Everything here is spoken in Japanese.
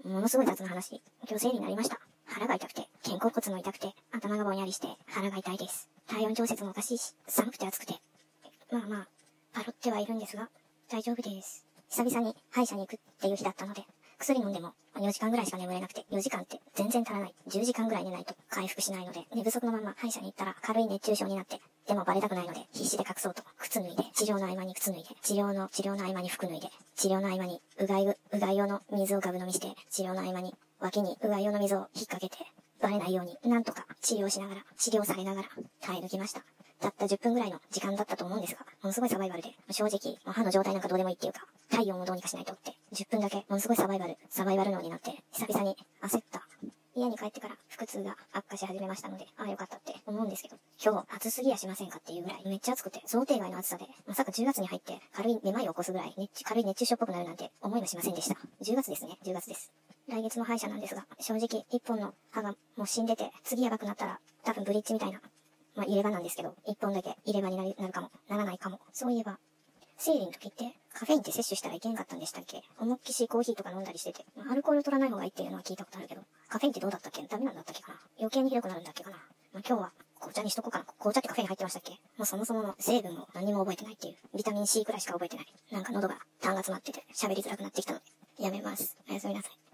ものすごい雑な話。今日生理になりました。腹が痛くて、肩甲骨も痛くて、頭がぼんやりして腹が痛いです。体温調節もおかしいし、寒くて暑くて。まあ、パロってはいるんですが、大丈夫です。久々に歯医者に行くっていう日だったので、薬飲んでも4時間ぐらいしか眠れなくて、4時間って全然足らない。10時間ぐらい寝ないと回復しないので、寝不足のまま歯医者に行ったら軽い熱中症になって、でもバレたくないので必死で隠そうと靴脱いで、治療の合間に靴脱いで、治療の合間に服脱いで、治療の合間にうがい用の水をガブ飲みして、治療の合間に脇にうがい用の水を引っ掛けて、バレないようになんとか治療されながら耐え抜きました。たった10分ぐらいの時間だったと思うんですが、ものすごいサバイバルで、正直、歯の状態なんかどうでもいいっていうか、体温をどうにかしないとって、10分だけ、ものすごいサバイバル脳になって、久々に焦った。家に帰ってから腹痛が悪化し始めましたので、ああよかったって思うんですけど、今日暑すぎやしませんかっていうぐらい、めっちゃ暑くて、想定外の暑さで、まさか10月に入って軽いめまいを起こすぐらい、軽い熱中症っぽくなるなんて思いもしませんでした。10月ですね、10月です。来月の歯医者なんですが、正直、1本の歯がもう死んでて、次やばくなったら、多分ブリッジみたいな、入れ歯なんですけど、1本だけ入れ歯になるかも、ならないかも。そういえば、生理の時ってカフェインって摂取したらいけんかったんでしたっけ？思いっきしコーヒーとか飲んだりしてて、アルコール取らない方がいいっていうのは聞いたことあるけど、カフェインってどうだったっけ？ダメなんだったっけかな？余計にひどくなるんだっけかな？今日は紅茶にしとこうかな。紅茶ってカフェイン入ってましたっけ？もうそもそもの成分を何も覚えてないっていう。ビタミン C くらいしか覚えてない。なんか喉が痰が詰まってて喋りづらくなってきたので、やめます。おやすみなさい。